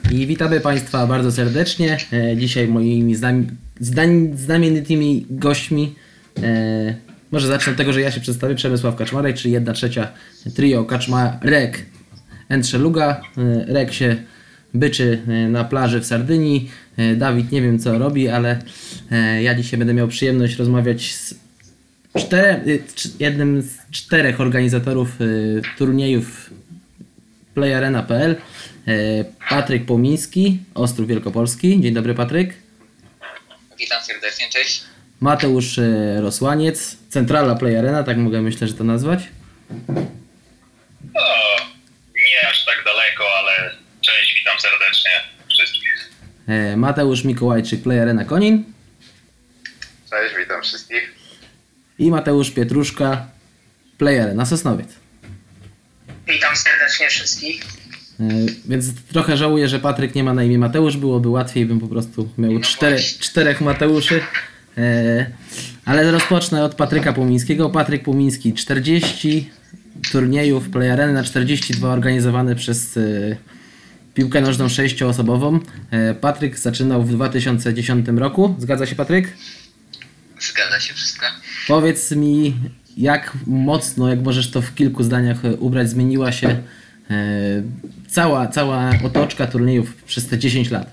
I witamy Państwa bardzo serdecznie. Dzisiaj moimi znamienitymi gośćmi, może zacznę od tego, że ja się przedstawię, Przemysław Kaczmarek, czyli 1/3 trio Kaczmarek and Szeluga. Rek się byczy na plaży w Sardynii. Dawid nie wiem co robi, ale ja dzisiaj będę miał przyjemność rozmawiać z jednym z 4 organizatorów turniejów playarena.pl. Patryk Pomiński, Ostrów Wielkopolski. Dzień dobry, Patryk. Witam serdecznie, cześć. Mateusz Rosłaniec, Centrala Playarena, tak mogę myślę, że to nazwać. Nie aż tak daleko, ale cześć, witam serdecznie wszystkich. Mateusz Mikołajczyk, Playarena Konin. Cześć, witam wszystkich. I Mateusz Pietruszka, Playarena Sosnowiec. Witam serdecznie wszystkich. Więc trochę żałuję, że Patryk nie ma na imię Mateusz, byłoby łatwiej, bym po prostu miał czterech Mateuszy. Ale rozpocznę od Patryka Pomińskiego. Patryk Pomiński, 40 turniejów Playareny na 42 organizowane przez piłkę nożną 6-osobową. Patryk zaczynał w 2010 roku. Zgadza się, Patryk? Zgadza się wszystko. Powiedz mi, jak mocno, jak możesz to w kilku zdaniach ubrać, zmieniła się cała otoczka turniejów przez te 10 lat?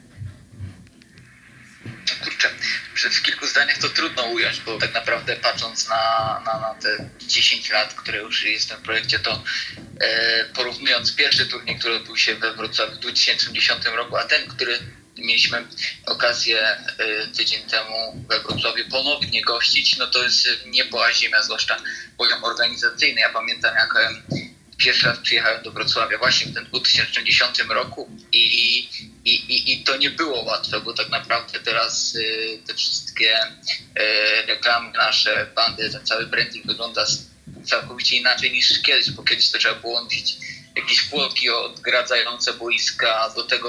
No kurczę, w kilku zdaniach to trudno ująć, bo tak naprawdę patrząc na te 10 lat, które już jestem w projekcie, to porównując pierwszy turniej, który odbył się we Wrocławiu w 2010 roku, a ten, który mieliśmy okazję tydzień temu we Wrocławiu ponownie gościć, no to jest niebo a ziemia, zwłaszcza poziom organizacyjny. Ja pamiętam, jak pierwszy raz przyjechałem do Wrocławia właśnie w tym 2010 roku i to nie było łatwe, bo tak naprawdę teraz te wszystkie reklamy nasze, bandy, ten cały branding wygląda całkowicie inaczej niż kiedyś, bo kiedyś to trzeba było nosić jakieś płotki odgradzające boiska, do tego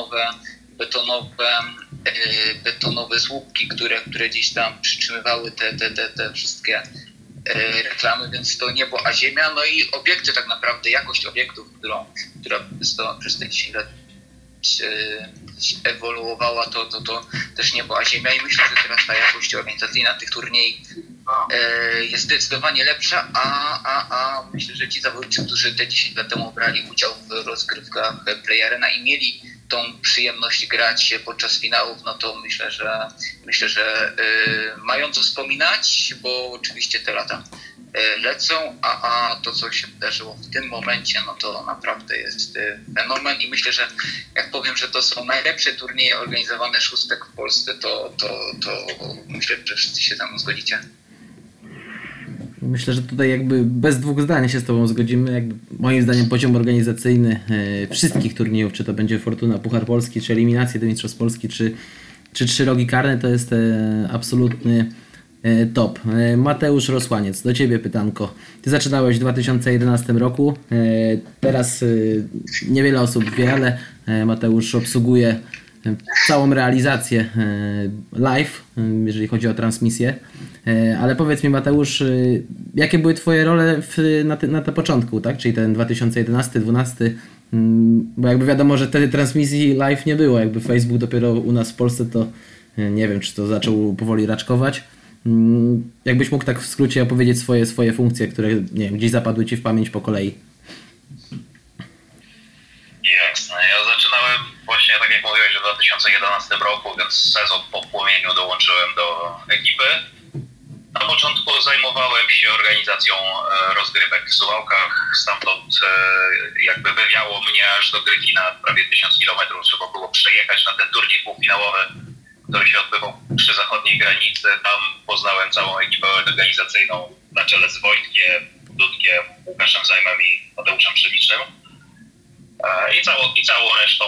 betonowe słupki, które gdzieś tam przytrzymywały te wszystkie reklamy, więc to niebo a ziemia. No i obiekty tak naprawdę, jakość obiektów, która przez te 10 lat ewoluowała, to też niebo a ziemia i myślę, że teraz ta jakość organizacyjna tych turniej jest zdecydowanie lepsza, a myślę, że ci zawodnicy, którzy te 10 lat temu brali udział w rozgrywkach Playarena i mieli tą przyjemność grać podczas finałów, no to myślę, że mają co wspominać, bo oczywiście te lata lecą, a to, co się wydarzyło w tym momencie, no to naprawdę jest fenomen i myślę, że jak powiem, że to są najlepsze turnieje organizowane szóstek w Polsce, to myślę, że wszyscy się ze mną zgodzicie. Myślę, że tutaj jakby bez dwóch zdań się z Tobą zgodzimy. Jakby moim zdaniem poziom organizacyjny wszystkich turniejów, czy to będzie Fortuna, Puchar Polski, czy eliminacje do Mistrzostw Polski, czy 3 rogi karne, to jest absolutny top. Mateusz Rosłaniec, do Ciebie pytanko. Ty zaczynałeś w 2011 roku. Teraz niewiele osób wie, ale Mateusz obsługuje całą realizację live, jeżeli chodzi o transmisję. Ale powiedz mi, Mateusz, jakie były Twoje role na początku, tak? Czyli ten 2011-2012, bo jakby wiadomo, że wtedy transmisji live nie było, jakby Facebook dopiero u nas w Polsce to nie wiem, czy to zaczął powoli raczkować. Jakbyś mógł tak w skrócie opowiedzieć swoje funkcje, które nie wiem, gdzieś zapadły Ci w pamięć po kolei. Jasne, ja zaczynałem właśnie tak jak mówiłeś w 2011 roku, więc sezon po płomieniu dołączyłem do ekipy. Na początku zajmowałem się organizacją rozgrywek w Suwałkach, stamtąd jakby wywiało mnie aż do Gryfina, prawie 1000 km, trzeba było przejechać na ten turniej półfinałowy, który się odbywał przy zachodniej granicy. Tam poznałem całą ekipę organizacyjną na czele z Wojtkiem, Dudkiem, Łukaszem Zajmem i Mateuszem Przemicznym. I całą resztą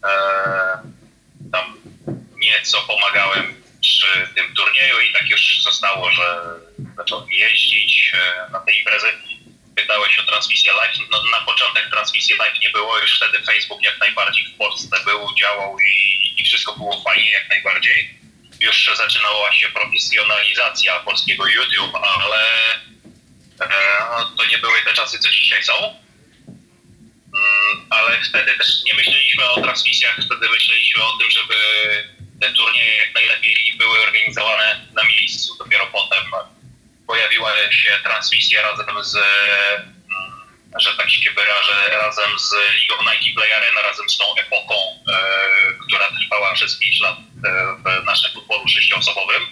tam nieco pomagałem przy tym turnieju i tak już zostało, że zacząłem jeździć na te imprezy. Pytałeś o transmisję live. No, na początek transmisji live nie było, już wtedy Facebook jak najbardziej w Polsce był, działał i wszystko było fajnie jak najbardziej. Już zaczynała się profesjonalizacja polskiego YouTube, ale to nie były te czasy, co dzisiaj są. ale wtedy też nie myśleliśmy o transmisjach, wtedy myśleliśmy o tym, żeby te turnieje jak najlepiej były organizowane na miejscu. Dopiero potem pojawiła się transmisja razem z, że tak się wyrażę, razem z ligą Nike Play Arena, razem z tą epoką, która trwała przez 5 lat w naszym futbolu 6-osobowym.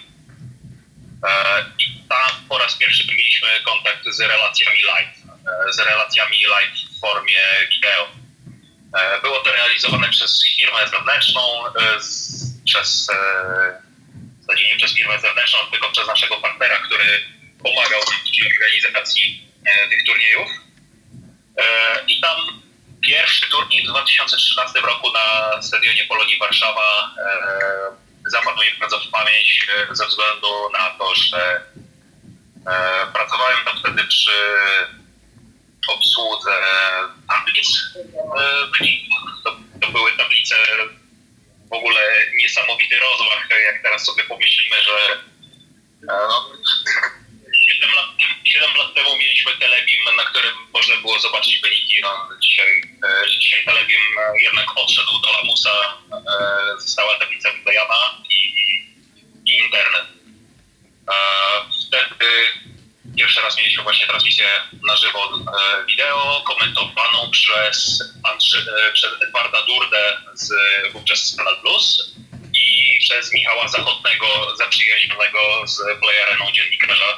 I tam po raz pierwszy mieliśmy kontakt z relacjami live w formie wideo. Było to realizowane przez firmę zewnętrzną, nie przez firmę zewnętrzną, tylko przez naszego partnera, który pomagał w organizacji tych turniejów. I tam pierwszy turniej w 2013 roku na stadionie Polonii Warszawa zapadł mi bardzo w pamięć ze względu na to, że pracowałem tam wtedy przy obsłudze tablic. To były tablice, w ogóle niesamowity rozmach, jak teraz sobie pomyślimy, że 7 lat temu mieliśmy Telebim, na którym można było zobaczyć wyniki. Dzisiaj Telebim jednak odszedł do lamusa, została tablica wyklejana i internet. Wtedy pierwszy raz mieliśmy właśnie transmisję na żywo wideo, komentowaną przez Edwarda Durdę wówczas z Kanal Plus i przez Michała Zachodnego, zaprzyjaźnionego z Play Areną dziennikarza.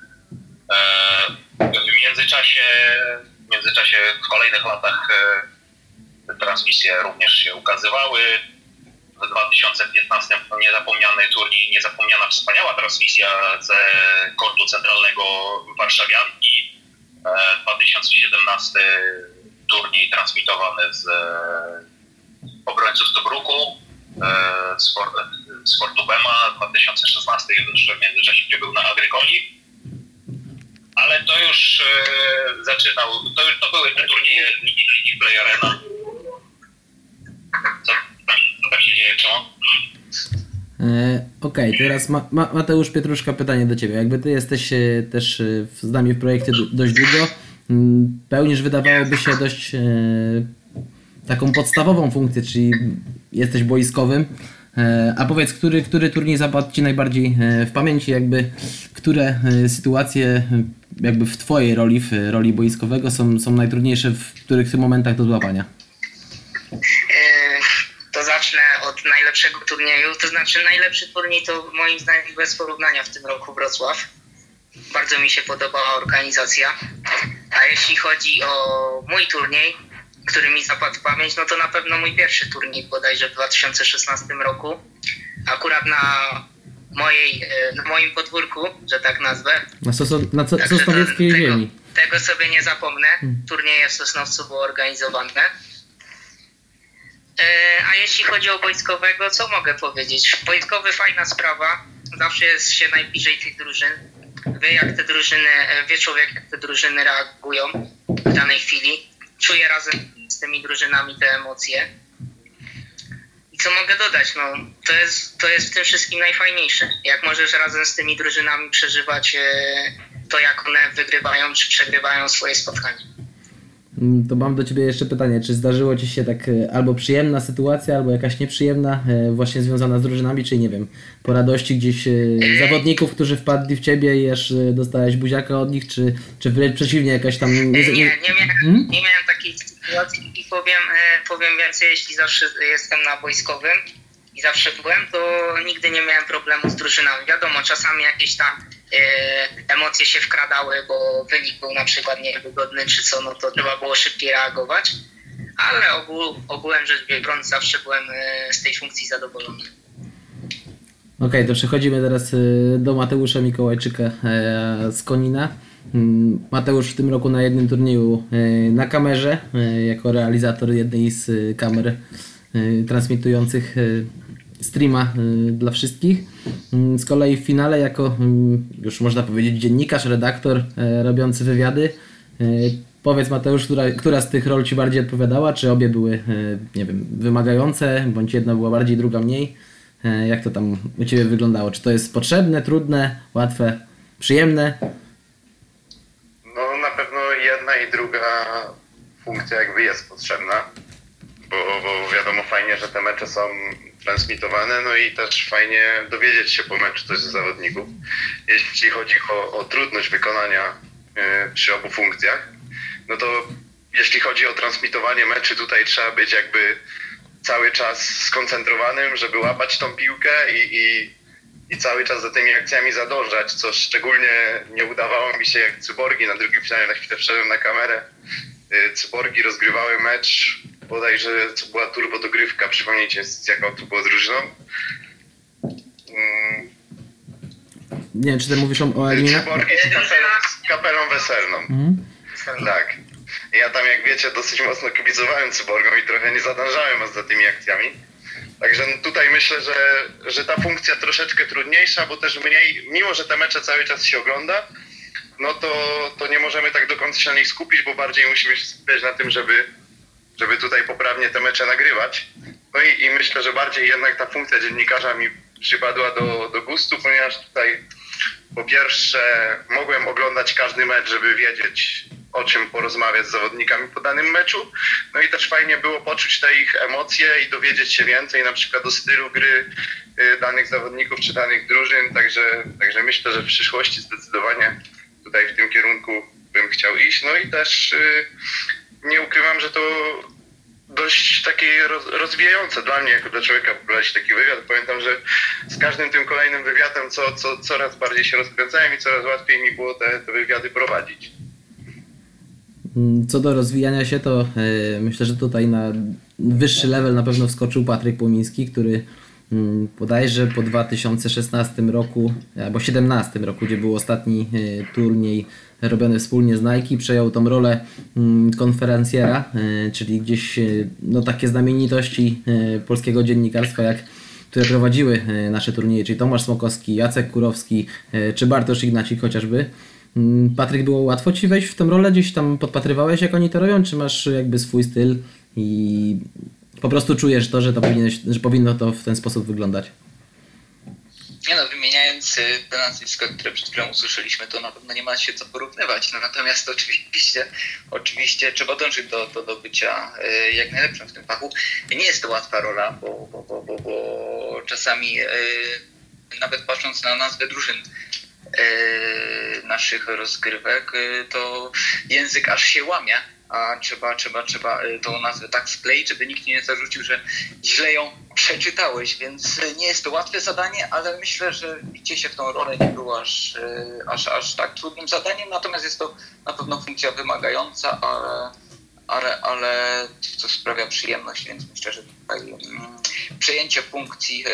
W międzyczasie w kolejnych latach te transmisje również się ukazywały. W 2015 niezapomniany turniej, niezapomniana wspaniała transmisja ze kortu centralnego Warszawianki. 2017 turniej transmitowany z obrońców Tobruku, z Fortu Bema. 2016 jeszcze w międzyczasie był na Agrykoli. Ale to już to były te turnieje Ligi Play Arena. Co tam się dzieje, Szymon? Okej, teraz Mateusz Pietruszka, pytanie do Ciebie. Jakby Ty jesteś też z nami w projekcie dość długo, pełnisz, wydawałoby się, dość taką podstawową funkcję, czyli jesteś boiskowym. A powiedz, który turniej zapadł Ci najbardziej w pamięci, jakby które sytuacje jakby w Twojej roli, w roli boiskowego są najtrudniejsze, w których tych momentach do złapania? To zacznę od najlepszego turnieju, to znaczy najlepszy turniej to moim zdaniem bez porównania w tym roku Wrocław. Bardzo mi się podobała organizacja. A jeśli chodzi o mój turniej, który mi zapadł w pamięć, no to na pewno mój pierwszy turniej bodajże w 2016 roku. Akurat na moim podwórku, że tak nazwę. Na sosnowieckiej ziemi. Tego sobie nie zapomnę. Turnieje w Sosnowcu były organizowane. A jeśli chodzi o boiskowego, co mogę powiedzieć? Boiskowy fajna sprawa. Zawsze jest się najbliżej tych drużyn. Wie człowiek, jak te drużyny reagują w danej chwili. Czuje razem z tymi drużynami te emocje. I co mogę dodać? No, to jest w tym wszystkim najfajniejsze. Jak możesz razem z tymi drużynami przeżywać to, jak one wygrywają czy przegrywają swoje spotkania. To mam do Ciebie jeszcze pytanie. Czy zdarzyło Ci się tak albo przyjemna sytuacja, albo jakaś nieprzyjemna, właśnie związana z drużynami, czy nie wiem, po radości gdzieś zawodników, którzy wpadli w Ciebie i aż dostałeś buziaka od nich, czy wręcz przeciwnie, jakaś tam... Nie miałem takiej sytuacji i powiem więcej, jeśli zawsze jestem na boiskowym i zawsze byłem, to nigdy nie miałem problemu z drużynami. Wiadomo, czasami jakieś tam emocje się wkradały, bo wynik był na przykład niewygodny czy co, no to trzeba było szybciej reagować, ale ogółem rzecz biorąc zawsze byłem z tej funkcji zadowolony. Okej, to przechodzimy teraz do Mateusza Mikołajczyka z Konina. Mateusz w tym roku na jednym turnieju na kamerze, jako realizator jednej z kamer transmitujących streama dla wszystkich. Z kolei w finale jako, już można powiedzieć, dziennikarz, redaktor robiący wywiady. Powiedz, Mateusz, która z tych ról Ci bardziej odpowiadała? Czy obie były, nie wiem, wymagające, bądź jedna była bardziej, druga mniej? Jak to tam u Ciebie wyglądało? Czy to jest potrzebne, trudne, łatwe, przyjemne? No na pewno jedna i druga funkcja jakby jest potrzebna. bo wiadomo, fajnie, że te mecze są transmitowane, no i też fajnie dowiedzieć się po meczu coś z zawodników. Jeśli chodzi o trudność wykonania przy obu funkcjach, no to jeśli chodzi o transmitowanie meczy, tutaj trzeba być jakby cały czas skoncentrowanym, żeby łapać tą piłkę i cały czas za tymi akcjami zadążać, co szczególnie nie udawało mi się jak Cyborgi na drugim finale, na chwilę wszedłem na kamerę. Cyborgi rozgrywały mecz, bodajże to była turbodogrywka, przypomnijcie z jaką to było drużyną. Nie wiem, czy ty mówisz o eliminacji? Cyborgi z kapelą weselną. Tak. Ja tam, jak wiecie, dosyć mocno kibicowałem Cyborgom i trochę nie zadążałem za tymi akcjami. Także tutaj myślę, że ta funkcja troszeczkę trudniejsza, bo też mniej, mimo że te mecze cały czas się ogląda, no to nie możemy tak do końca się na nich skupić, bo bardziej musimy się skupiać na tym, żeby tutaj poprawnie te mecze nagrywać. No i myślę, że bardziej jednak ta funkcja dziennikarza mi przypadła do gustu, ponieważ tutaj po pierwsze mogłem oglądać każdy mecz, żeby wiedzieć, o czym porozmawiać z zawodnikami po danym meczu. No i też fajnie było poczuć te ich emocje i dowiedzieć się więcej na przykład o stylu gry danych zawodników czy danych drużyn. Także myślę, że w przyszłości zdecydowanie tutaj w tym kierunku bym chciał iść. No i też nie ukrywam, że to dość takie rozwijające dla mnie jako dla człowieka pobrać taki wywiad. Pamiętam, że z każdym tym kolejnym wywiadem coraz bardziej się rozkręcałem i coraz łatwiej mi było te wywiady prowadzić. Co do rozwijania się, to myślę, że tutaj na wyższy level na pewno wskoczył Patryk Płomiński, który bodajże po 2016 roku albo 2017 roku, gdzie był ostatni turniej robiony wspólnie z Nike, przejął tą rolę konferencjera, czyli gdzieś no, takie znamienitości polskiego dziennikarstwa, które prowadziły nasze turnieje, czyli Tomasz Smokowski, Jacek Kurowski czy Bartosz Ignacik chociażby. Patryk, było łatwo Ci wejść w tę rolę? Gdzieś tam podpatrywałeś, jak oni to robią, czy masz jakby swój styl i po prostu czujesz to, że powinno to w ten sposób wyglądać? Nie no, wymieniając te nazwiska, które przed chwilą usłyszeliśmy, to na pewno nie ma się co porównywać. No, natomiast oczywiście trzeba dążyć do bycia jak najlepszym w tym fachu. Nie jest to łatwa rola, bo czasami nawet patrząc na nazwę drużyn naszych rozgrywek, to język aż się łamie, a trzeba tą nazwę tak skleić, żeby nikt nie zarzucił, że źle ją przeczytałeś, więc nie jest to łatwe zadanie, ale myślę, że bicie się w tą rolę nie było aż tak trudnym zadaniem, natomiast jest to na pewno funkcja wymagająca, ale co sprawia przyjemność, więc myślę, że tutaj przejęcie funkcji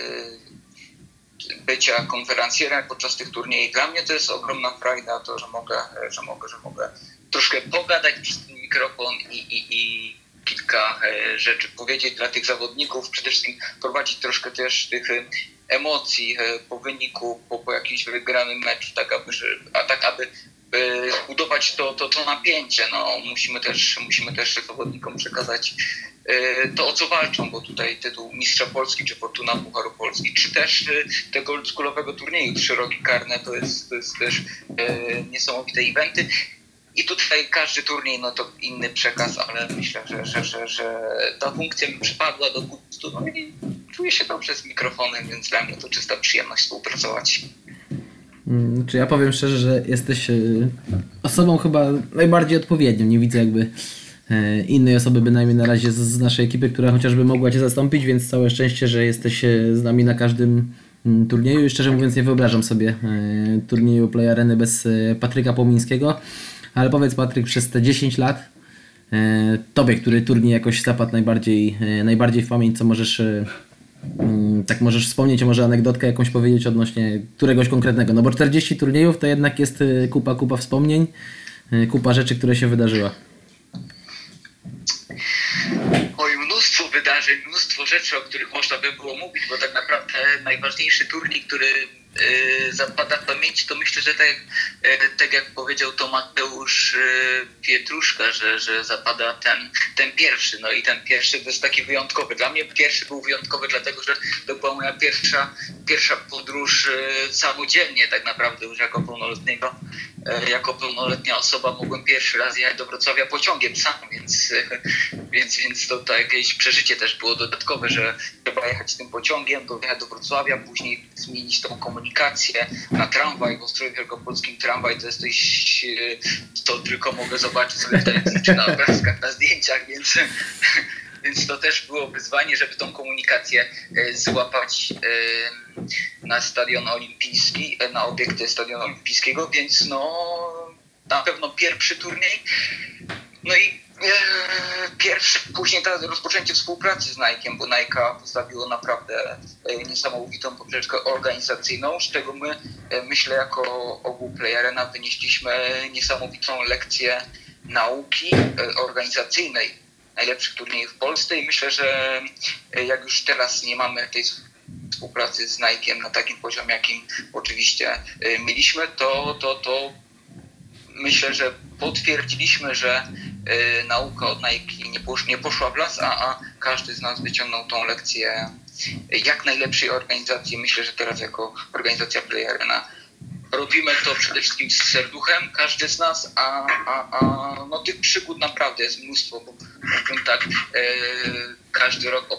bycia konferencjerem podczas tych turniejów. Dla mnie to jest ogromna frajda, to, że mogę troszkę pogadać przez ten mikrofon i kilka rzeczy powiedzieć dla tych zawodników, przede wszystkim prowadzić troszkę też tych emocji po wyniku, po jakimś wygranym meczu, tak aby zbudować to napięcie. No, musimy też zawodnikom przekazać to, o co walczą, bo tutaj tytuł Mistrza Polski, czy Fortuna Pucharu Polski, czy też tego oldschoolowego turnieju 3 rogi karne, to jest też niesamowite eventy. I tutaj każdy turniej, no to inny przekaz, ale myślę, że ta funkcja mi przypadła do gustu. No i czuję się dobrze z mikrofonem, więc dla mnie to czysta przyjemność współpracować. Czy ja powiem szczerze, że jesteś osobą chyba najbardziej odpowiednią. Nie widzę jakby innej osoby, bynajmniej na razie z naszej ekipy, która chociażby mogła Cię zastąpić, więc całe szczęście, że jesteś z nami na każdym turnieju i szczerze mówiąc nie wyobrażam sobie turnieju Play Areny bez Patryka Płomińskiego. Ale powiedz, Patryk, przez te 10 lat Tobie, który turniej jakoś zapadł najbardziej w pamięć, co możesz wspomnieć, a może anegdotkę jakąś powiedzieć odnośnie któregoś konkretnego, no bo 40 turniejów to jednak jest kupa wspomnień, kupa rzeczy, które się wydarzyła. Oj, mnóstwo wydarzeń, mnóstwo rzeczy, o których można by było mówić, bo tak naprawdę najważniejszy turniej, który zapada w pamięci, to myślę, że tak jak powiedział to Mateusz Pietruszka, że zapada ten pierwszy. No i ten pierwszy to jest taki wyjątkowy. Dla mnie pierwszy był wyjątkowy, dlatego że to była moja pierwsza podróż samodzielnie tak naprawdę już jako pełnoletnia osoba mogłem pierwszy raz jechać do Wrocławia pociągiem sam, więc to jakieś przeżycie też było dodatkowe, że trzeba jechać tym pociągiem, dojechać do Wrocławia, później zmienić tą komunikację na tramwaj, w Ostrowie Wielkopolskim tramwaj to jest coś, to tylko mogę zobaczyć sobie w telewizji czy na obrazkach, na zdjęciach, więc to też było wyzwanie, żeby tą komunikację złapać na Stadion Olimpijski, na obiekty Stadionu Olimpijskiego, więc na pewno pierwszy turniej. No i później rozpoczęcie współpracy z Nike'em, bo Nike postawiło naprawdę niesamowitą poprzeczkę organizacyjną, z czego my, myślę, jako ogół Play Arena wynieśliśmy niesamowitą lekcję nauki organizacyjnej najlepszych turniejów w Polsce i myślę, że jak już teraz nie mamy tej współpracy z Nike'em na takim poziomie, jakim oczywiście mieliśmy, to myślę, że potwierdziliśmy, że nauka od Nike nie poszła w las, a każdy z nas wyciągnął tą lekcję jak najlepszej organizacji. Myślę, że teraz jako organizacja Play Arena robimy to przede wszystkim z serduchem, każdy z nas, a tych przygód naprawdę jest mnóstwo, bo mógłbym tak każdy rok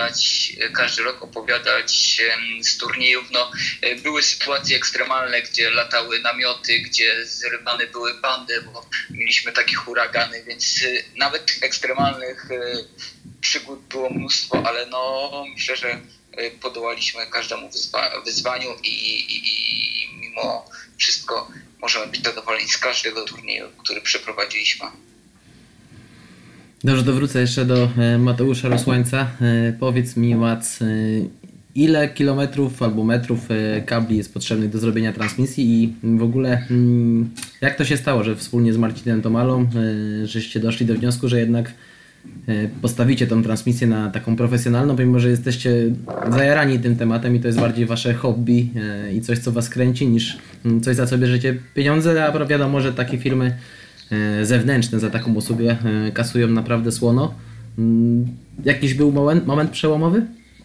opowiadać z turniejów. Były sytuacje ekstremalne, gdzie latały namioty, gdzie zrywane były bandy, bo mieliśmy takie huragany, więc nawet ekstremalnych przygód było mnóstwo, ale myślę, że podołaliśmy każdemu wyzwaniu i mimo wszystko możemy być zadowoleni z każdego turnieju, który przeprowadziliśmy. Dobrze, to wrócę jeszcze do Mateusza Rosłańca. Powiedz mi, Mac, ile kilometrów albo metrów kabli jest potrzebnych do zrobienia transmisji i w ogóle jak to się stało, że wspólnie z Marcinem Tomalą żeście doszli do wniosku, że jednak postawicie tą transmisję na taką profesjonalną, pomimo że jesteście zajarani tym tematem i to jest bardziej wasze hobby i coś, co was kręci, niż coś, za co bierzecie pieniądze, a wiadomo, że takie firmy zewnętrzne za taką usługę kasują naprawdę słono. Jakiś był moment przełomowy?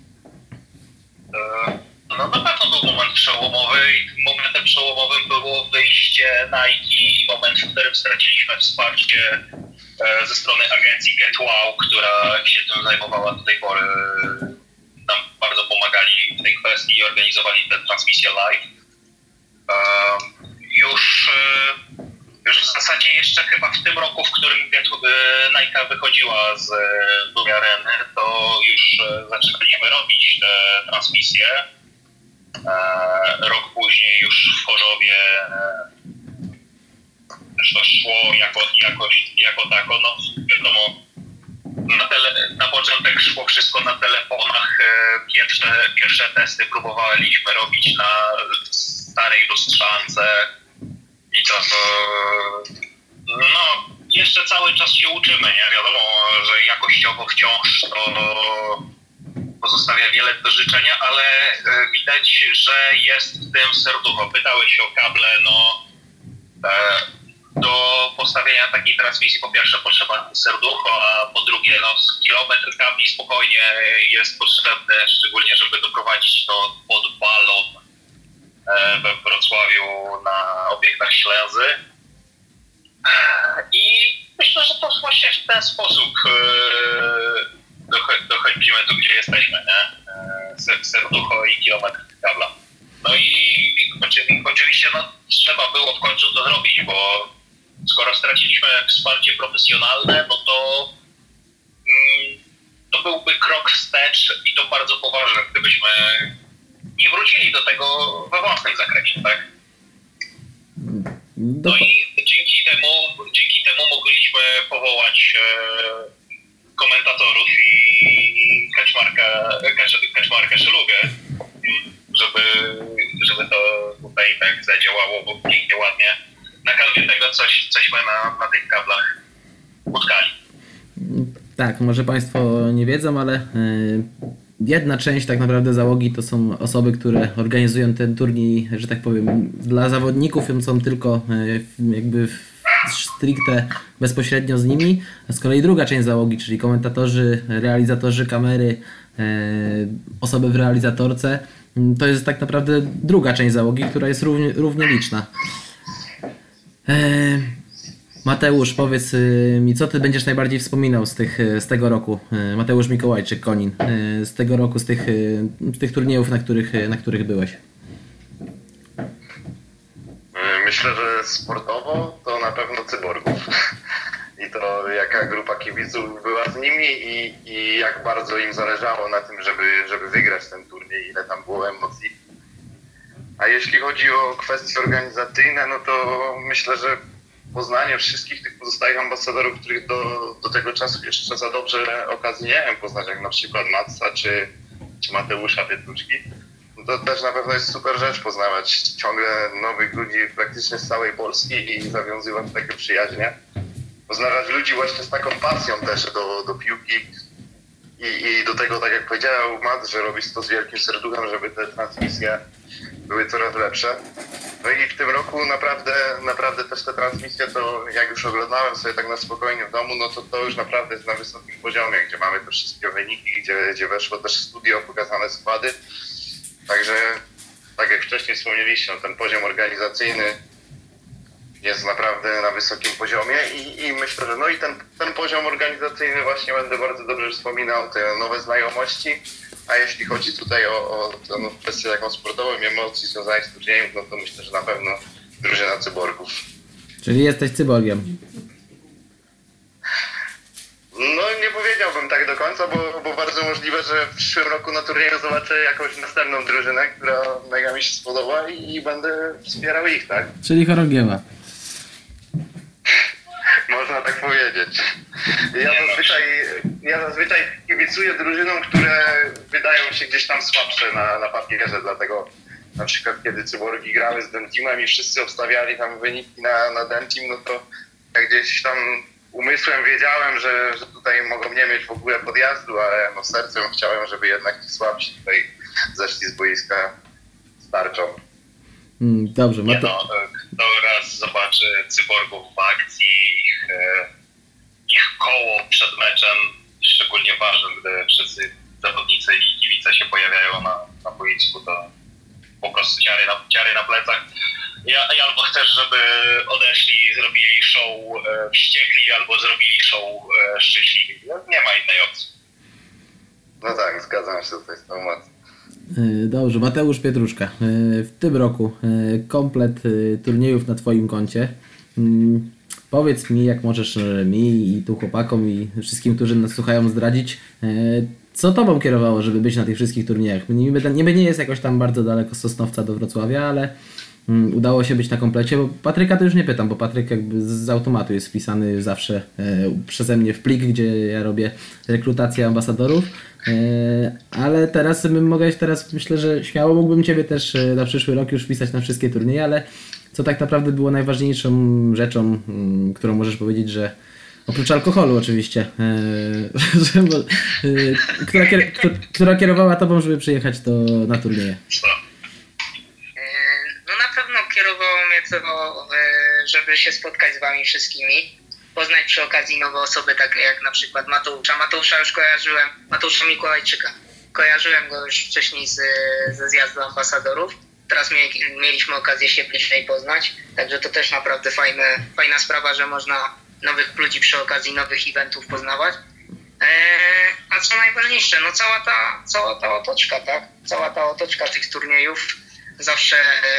Na pewno był moment przełomowy i momentem przełomowym było wyjście Nike i moment, w którym straciliśmy wsparcie ze strony agencji GetWow, która się tym zajmowała do tej pory. Nam bardzo pomagali w tej kwestii i organizowali tę transmisję live. Już w zasadzie jeszcze chyba w tym roku, w którym Nike wychodziła z Play Areny, to już zaczynaliśmy robić te transmisje. Rok później już w Chorzowie to szło jako tako. Wiadomo, na początek szło wszystko na telefonach. Pierwsze testy próbowaliśmy robić na starej lustrzance i jeszcze cały czas się uczymy, nie? Wiadomo, że jakościowo wciąż to pozostawia wiele do życzenia, ale widać, że jest w tym serducho. Pytałeś o kable, do postawienia takiej transmisji po pierwsze potrzeba serducho, a po drugie kilometr kabli spokojnie jest potrzebny, szczególnie żeby doprowadzić to pod balon we Wrocławiu na obiektach Ślęzy. I myślę, że to właśnie w ten sposób dochodzimy tu, gdzie jesteśmy, nie? Serducho i kilometr kabla. No i oczywiście trzeba było w końcu to zrobić, bo skoro straciliśmy wsparcie profesjonalne, to byłby krok wstecz i to bardzo poważny, gdybyśmy nie wrócili do tego we własnym zakresie, tak? No i dzięki temu mogliśmy powołać komentatorów i Kaczmarka Szylugę, żeby to tutaj tak zadziałało pięknie, ładnie. Na kanwie tego cośmy na tych kablach utkali. Tak, może Państwo nie wiedzą, ale jedna część tak naprawdę załogi to są osoby, które organizują ten turniej, że tak powiem, dla zawodników są tylko jakby stricte bezpośrednio z nimi, a z kolei druga część załogi, czyli komentatorzy, realizatorzy, kamery, osoby w realizatorce, to jest tak naprawdę druga część załogi, która jest równie liczna. Mateusz, powiedz mi, co ty będziesz najbardziej wspominał z tego roku? Mateusz Mikołajczyk, Konin, z tego roku, z tych turniejów, na których byłeś. Myślę, że sportowo to na pewno Cyborgów. I to jaka grupa kibiców była z nimi i jak bardzo im zależało na tym, żeby wygrać ten turniej, ile tam było emocji. A jeśli chodzi o kwestie organizacyjne, no to myślę, że poznanie wszystkich tych pozostałych ambasadorów, których do tego czasu jeszcze za dobrze okazji nie miałem poznać, jak na przykład Matsa czy Mateusza Pietruszki, no to też na pewno jest super rzecz poznawać ciągle nowych ludzi praktycznie z całej Polski i zawiązywać takie przyjaźnie. Poznawać ludzi właśnie z taką pasją też do piłki i do tego, tak jak powiedział Mat, że robisz to z wielkim serduchem, żeby te transmisje były coraz lepsze. No i w tym roku naprawdę też te transmisje, to jak już oglądałem sobie tak na spokojnie w domu, no to już naprawdę jest na wysokim poziomie, gdzie mamy te wszystkie wyniki, gdzie weszło też studio, pokazane składy. Także tak jak wcześniej wspomnieliście, no ten poziom organizacyjny jest naprawdę na wysokim poziomie i myślę, że no i ten poziom organizacyjny właśnie będę bardzo dobrze wspominał, te nowe znajomości, a jeśli chodzi tutaj o tę kwestię taką sportową i emocji związanych z turniejem, no to myślę, że na pewno drużyna Cyborgów. Czyli jesteś cyborgiem? No nie powiedziałbym tak do końca, bo bardzo możliwe, że w przyszłym roku na turnieju zobaczę jakąś następną drużynę, która mega mi się spodoba i będę wspierał ich, tak? Czyli chorągieła. Można tak powiedzieć. Ja zazwyczaj kibicuję drużynom, które wydają się gdzieś tam słabsze na papierze, dlatego na przykład kiedy Cyborgi grały z Denteamem i wszyscy obstawiali tam wyniki na Denteam, no to ja gdzieś tam umysłem wiedziałem, że tutaj mogą nie mieć w ogóle podjazdu, ale no sercem chciałem, żeby jednak ci słabsi tutaj zeszli z boiska z tarczą. Dobrze, Nie no, kto raz zobaczy Cyborgów w akcji, ich koło przed meczem, szczególnie ważnym, gdy wszyscy zawodnicy i kibice się pojawiają na boisku, to po prostu ciary na plecach. Ja albo chcesz, żeby odeszli, zrobili show wściekli, albo zrobili show szczęśliwi. Nie ma innej opcji. No tak, zgadzam się tutaj z tą mocą. Dobrze, Mateusz Pietruszka. W tym roku komplet turniejów na twoim koncie. Powiedz mi, jak możesz mi i tu chłopakom i wszystkim, którzy nas słuchają, zdradzić, co tobą kierowało, żeby być na tych wszystkich turniejach? Niby nie jest jakoś tam bardzo daleko z Sosnowca do Wrocławia, ale udało się być na komplecie, bo Patryka to już nie pytam, bo Patryk jakby z automatu jest wpisany zawsze przeze mnie w plik, gdzie ja robię rekrutację ambasadorów, ale teraz myślę, że śmiało mógłbym ciebie też na przyszły rok już wpisać na wszystkie turnieje, ale co tak naprawdę było najważniejszą rzeczą, którą możesz powiedzieć, że oprócz alkoholu oczywiście, która kierowała tobą, żeby przyjechać na turnieje? No na pewno kierowało mnie to, żeby się spotkać z wami wszystkimi, poznać przy okazji nowe osoby, takie jak na przykład Mateusza już kojarzyłem, Mateusza Mikołajczyka. Kojarzyłem go już wcześniej ze zjazdu ambasadorów. Teraz mieliśmy okazję się bliżej poznać, także to też naprawdę fajna sprawa, że można nowych ludzi przy okazji nowych eventów poznawać. A co najważniejsze, no cała ta otoczka, tak? Cała ta otoczka tych turniejów zawsze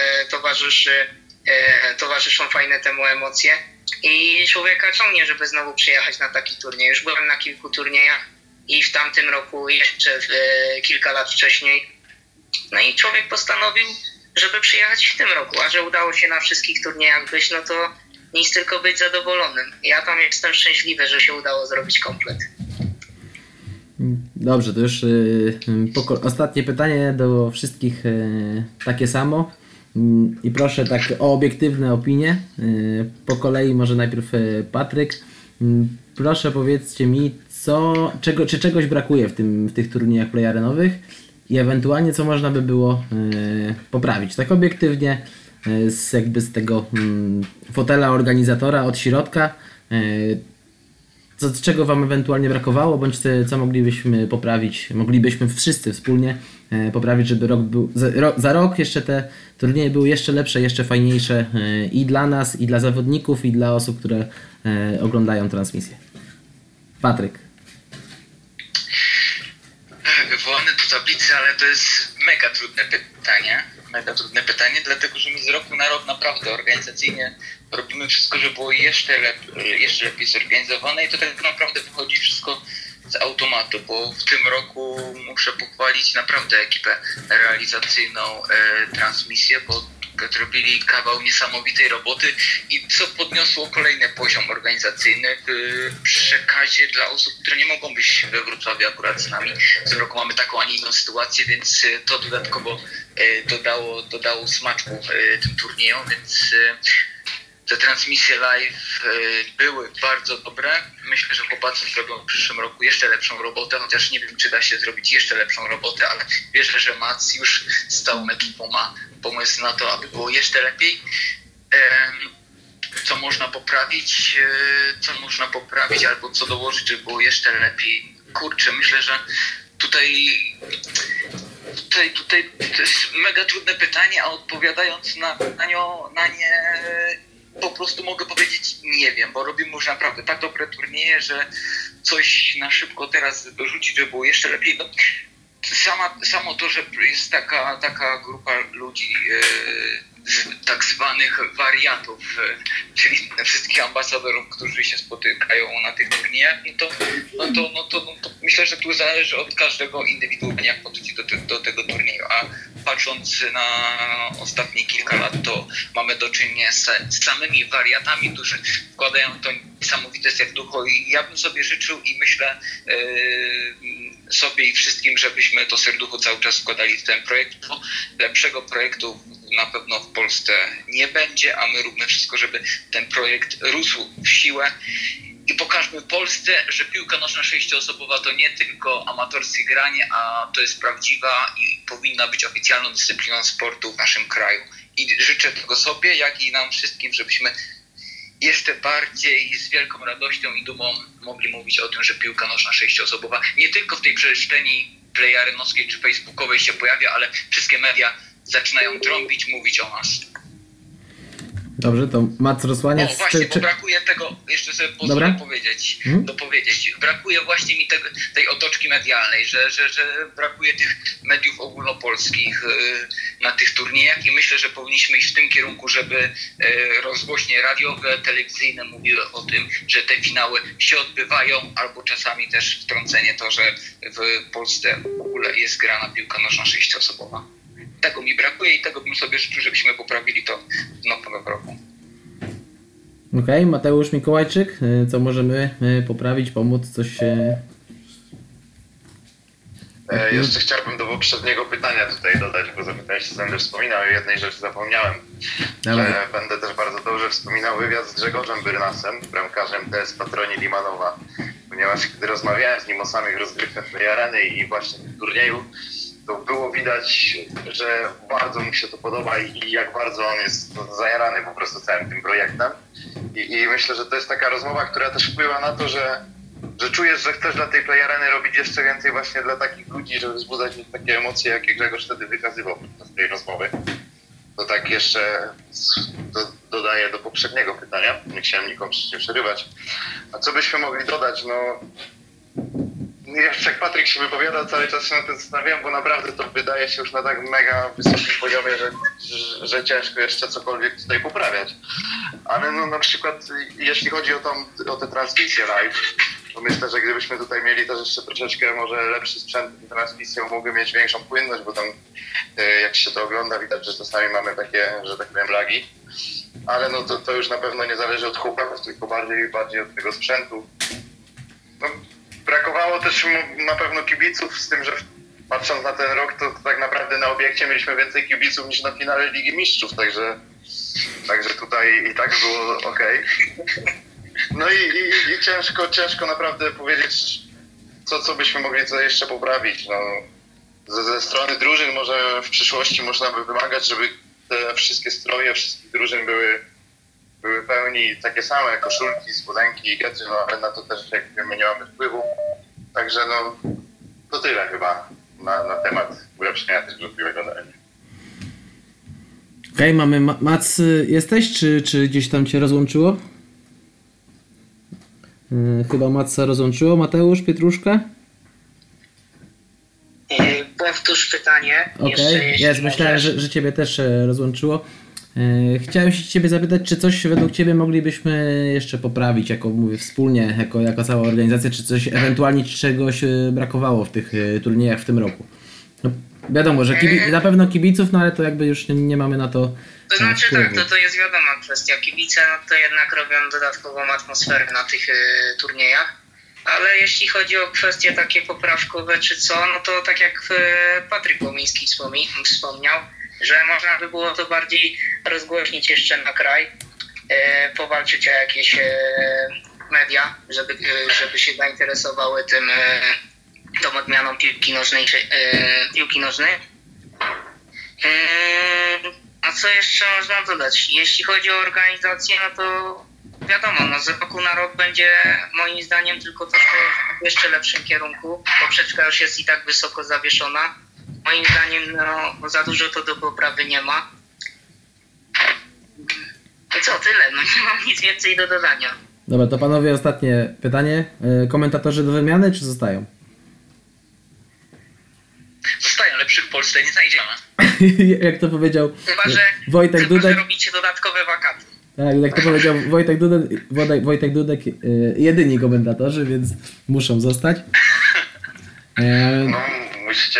towarzyszą fajne temu emocje i człowieka ciągnie, żeby znowu przyjechać na taki turniej. Już byłem na kilku turniejach i w tamtym roku jeszcze kilka lat wcześniej. No i człowiek postanowił, żeby przyjechać w tym roku, a że udało się na wszystkich turniejach być, no to nic tylko być zadowolonym. Ja tam jestem szczęśliwy, że się udało zrobić komplet. Dobrze, to już ostatnie pytanie do wszystkich takie samo i proszę tak o obiektywne opinie. Po kolei może najpierw Patryk. Proszę powiedzcie mi, czy czegoś brakuje w tych turniejach play-arenowych i ewentualnie co można by było poprawić. Tak obiektywnie, z tego fotela organizatora od środka, czego Wam ewentualnie brakowało, bądź co moglibyśmy poprawić, moglibyśmy wszyscy wspólnie poprawić, żeby za rok jeszcze te turnieje były jeszcze lepsze, jeszcze fajniejsze i dla nas, i dla zawodników, i dla osób, które oglądają transmisję. Patryk. Wywołany do tablicy, ale to jest mega trudne pytanie, dlatego że my z roku na rok naprawdę organizacyjnie robimy wszystko, żeby było jeszcze lepiej zorganizowane i to tak naprawdę wychodzi wszystko z automatu, bo w tym roku muszę pochwalić naprawdę ekipę realizacyjną transmisję, bo zrobili kawał niesamowitej roboty i co podniosło kolejny poziom organizacyjny w przekazie dla osób, które nie mogą być we Wrocławiu akurat z nami. W tym roku mamy taką, a nie inną sytuację, więc to dodatkowo dodało smaczku tym turniejom, więc te transmisje live były bardzo dobre. Myślę, że chłopacy zrobią w przyszłym roku jeszcze lepszą robotę, chociaż nie wiem, czy da się zrobić jeszcze lepszą robotę, ale wierzę, że Mac już z całą ekipą ma pomysł na to, aby było jeszcze lepiej. Co można poprawić albo co dołożyć, żeby było jeszcze lepiej. Kurczę, myślę, że tutaj to jest mega trudne pytanie, a odpowiadając na nie po prostu mogę powiedzieć nie wiem, bo robimy już naprawdę tak dobre turnieje, że coś na szybko teraz dorzucić, żeby było jeszcze lepiej. No, samo to, że jest taka grupa ludzi, tak zwanych wariatów, czyli wszystkich ambasadorów, którzy się spotykają na tych turniejach, no to myślę, że tu zależy od każdego indywidualnie, jak podchodzi do tego turnieju. A patrząc na ostatnie kilka lat, to mamy do czynienia z samymi wariatami, którzy wkładają to niesamowite serducho i ja bym sobie życzył i myślę sobie i wszystkim, żebyśmy to serducho cały czas wkładali w ten projekt, bo lepszego projektu na pewno w Polsce nie będzie, a my róbmy wszystko, żeby ten projekt rósł w siłę i pokażmy Polsce, że piłka nożna 6-osobowa to nie tylko amatorskie granie, a to jest prawdziwa i powinna być oficjalną dyscypliną sportu w naszym kraju. I życzę tego sobie, jak i nam wszystkim, żebyśmy jeszcze bardziej z wielką radością i dumą mogli mówić o tym, że piłka nożna 6-osobowa nie tylko w tej przestrzeni playarenowskiej czy facebookowej się pojawia, ale wszystkie media zaczynają trąbić, mówić o nas. Dobrze, to Mac Rosłaniec... O właśnie, bo brakuje tego, jeszcze sobie pozwolę dopowiedzieć, brakuje właśnie mi tej otoczki medialnej, że brakuje tych mediów ogólnopolskich na tych turniejach i myślę, że powinniśmy iść w tym kierunku, żeby rozgłośnie radiowe, telewizyjne mówiły o tym, że te finały się odbywają, albo czasami też wtrącenie to, że w Polsce w ogóle jest grana piłka nożna 6-osobowa. Tego mi brakuje i tego bym sobie życzył, żebyśmy poprawili to w nowym roku. Okej, Mateusz Mikołajczyk, co możemy poprawić, pomóc, coś... Jeszcze chciałbym do poprzedniego pytania tutaj dodać, bo zapytałeś się, będę wspominał o jednej rzeczy, zapomniałem. Dawaj. Że będę też bardzo dobrze wspominał wywiad z Grzegorzem Byrnasem, bramkarzem TS Patroni Limanowa, ponieważ gdy rozmawiałem z nim o samych rozgrywkach tej areny i właśnie w turnieju, to było widać, że bardzo mu się to podoba i jak bardzo on jest zajarany po prostu całym tym projektem. I myślę, że to jest taka rozmowa, która też wpływa na to, że czujesz, że chcesz dla tej playareny robić jeszcze więcej właśnie dla takich ludzi, żeby wzbudzać w nich takie emocje, jakie Grzegorz wtedy wykazywał podczas tej rozmowy. To tak jeszcze dodaję do poprzedniego pytania, nie chciałem nikomu przerywać. A co byśmy mogli dodać? No, jeszcze jak Patryk się wypowiadał, cały czas się na tym zastanawiałem, bo naprawdę to wydaje się już na tak mega wysokim poziomie, że ciężko jeszcze cokolwiek tutaj poprawiać. Ale no na przykład jeśli chodzi o te transmisje live, to myślę, że gdybyśmy tutaj mieli też jeszcze troszeczkę może lepszy sprzęt, transmisje mogły mieć większą płynność, bo tam jak się to ogląda, widać, że czasami mamy takie, że tak powiem, lagi. Ale no to już na pewno nie zależy od chłopaków, tylko bardziej od tego sprzętu. No, brakowało też na pewno kibiców, z tym, że patrząc na ten rok, to tak naprawdę na obiekcie mieliśmy więcej kibiców niż na finale Ligi Mistrzów, także tutaj i tak było okej. No i ciężko naprawdę powiedzieć, co byśmy mogli tutaj jeszcze poprawić? No, ze strony drużyn może w przyszłości można by wymagać, żeby te wszystkie stroje wszystkich drużyn były pełni takie same, koszulki, spodenki i gadżety, no ale na to też jak wiemy nie mamy wpływu. Także no to tyle chyba na temat ulepszenia tego żółtego dalej. Okej, mamy Mac, jesteś, czy gdzieś tam cię rozłączyło? Chyba Maca rozłączyło. Mateusz, Pietruszka? Powtórz pytanie. Okej, jest. Myślałem, że ciebie też rozłączyło. Chciałem się ciebie zapytać, czy coś według ciebie moglibyśmy jeszcze poprawić, jako mówię, wspólnie, jako cała organizacja, czy coś ewentualnie czegoś brakowało w tych turniejach w tym roku? No, wiadomo, że na pewno kibiców, no ale to jakby już nie mamy na to. To znaczy wpływu. Tak, to jest wiadoma kwestia. Kibice no to jednak robią dodatkową atmosferę na tych turniejach. Ale jeśli chodzi o kwestie takie poprawkowe czy co, no to tak jak Patryk Łomiński wspomniał, że można by było to bardziej rozgłośnić jeszcze na kraj, powalczyć o jakieś media, żeby się zainteresowały tą odmianą piłki nożnej. A co jeszcze można dodać? Jeśli chodzi o organizację, no to wiadomo, no z roku na rok będzie moim zdaniem tylko troszkę w jeszcze lepszym kierunku. Poprzeczka już jest i tak wysoko zawieszona. Moim zdaniem no, za dużo to do poprawy nie ma. I co, tyle. No nie mam nic więcej do dodania. Dobra, to panowie ostatnie pytanie. Komentatorzy do wymiany czy zostają? Zostają, lepszych w Polsce nie znajdziemy. Jak to powiedział chyba, że Wojtek Dudek. Że robicie dodatkowe wakaty. Tak, jak to powiedział Wojtek Dudek, jedyni komentatorzy, więc muszą zostać. No, musicie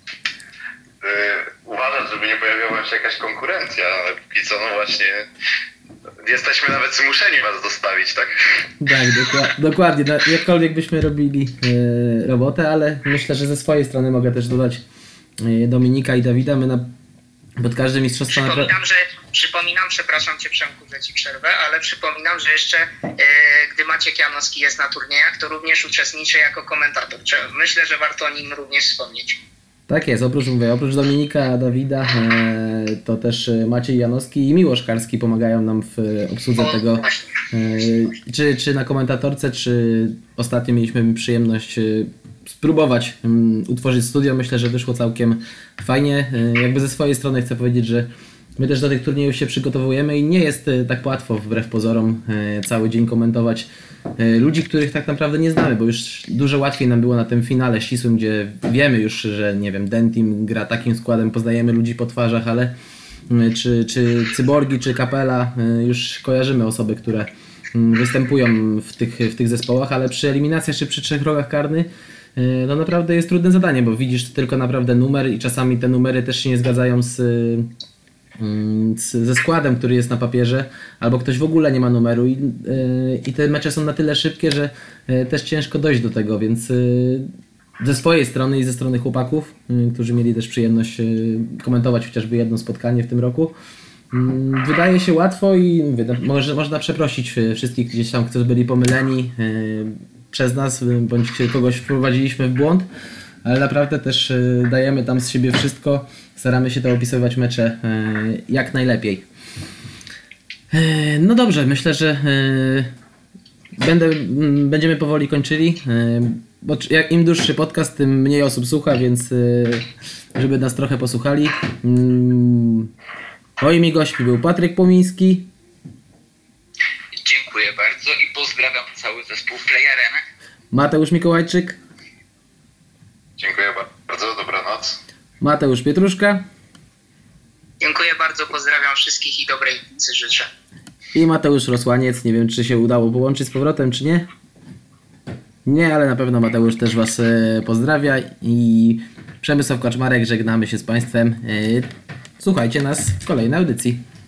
uważać, żeby nie pojawiła się jakaś konkurencja, ale póki co, no właśnie, jesteśmy nawet zmuszeni was dostawić, tak? Tak, dokładnie. Jakkolwiek byśmy robili robotę, ale myślę, że ze swojej strony mogę też dodać Dominika i Dawida. My pod każde mistrzostwo... Przypominam, przepraszam Cię Przemku, że Ci przerwę, ale przypominam, że jeszcze gdy Maciek Janowski jest na turniejach, to również uczestniczy jako komentator. Myślę, że warto o nim również wspomnieć. Tak jest, oprócz Dominika, Dawida, to też Maciej Janowski i Miłosz Karski pomagają nam w obsłudze tego, czy na komentatorce, czy ostatnio mieliśmy przyjemność spróbować utworzyć studio. Myślę, że wyszło całkiem fajnie. Jakby ze swojej strony chcę powiedzieć, że my też do tych turniejów się przygotowujemy i nie jest tak łatwo, wbrew pozorom, cały dzień komentować ludzi, których tak naprawdę nie znamy, bo już dużo łatwiej nam było na tym finale ścisłym, gdzie wiemy już, że nie wiem, Dentim gra takim składem, poznajemy ludzi po twarzach, ale czy Cyborgi, czy Kapela, już kojarzymy osoby, które występują w tych zespołach, ale przy eliminacjach czy przy 3 rogach karnych no naprawdę jest trudne zadanie, bo widzisz tylko naprawdę numer i czasami te numery też się nie zgadzają ze składem, który jest na papierze, albo ktoś w ogóle nie ma numeru i te mecze są na tyle szybkie, że też ciężko dojść do tego, więc ze swojej strony i ze strony chłopaków, którzy mieli też przyjemność komentować chociażby jedno spotkanie w tym roku, wydaje się łatwo i mówię, można przeprosić wszystkich gdzieś tam, którzy byli pomyleni przez nas, bądź kogoś wprowadziliśmy w błąd, ale naprawdę też dajemy tam z siebie wszystko, staramy się to opisywać mecze jak najlepiej. No dobrze, myślę, że będziemy powoli kończyli, bo im dłuższy podcast, tym mniej osób słucha, więc żeby nas trochę posłuchali. Moimi gośćmi był Patryk Płomiński. Dziękuję bardzo i pozdrawiam cały zespół Play Arena. Mateusz Mikołajczyk. Dziękuję bardzo, dobranoc. Mateusz Pietruszka. Dziękuję bardzo, pozdrawiam wszystkich i dobrej nocy życzę. I Mateusz Rosłaniec. Nie wiem, czy się udało połączyć z powrotem, czy nie. Nie, ale na pewno Mateusz też Was pozdrawia. I Przemysław Kaczmarek, żegnamy się z Państwem. Słuchajcie nas w kolejnej audycji.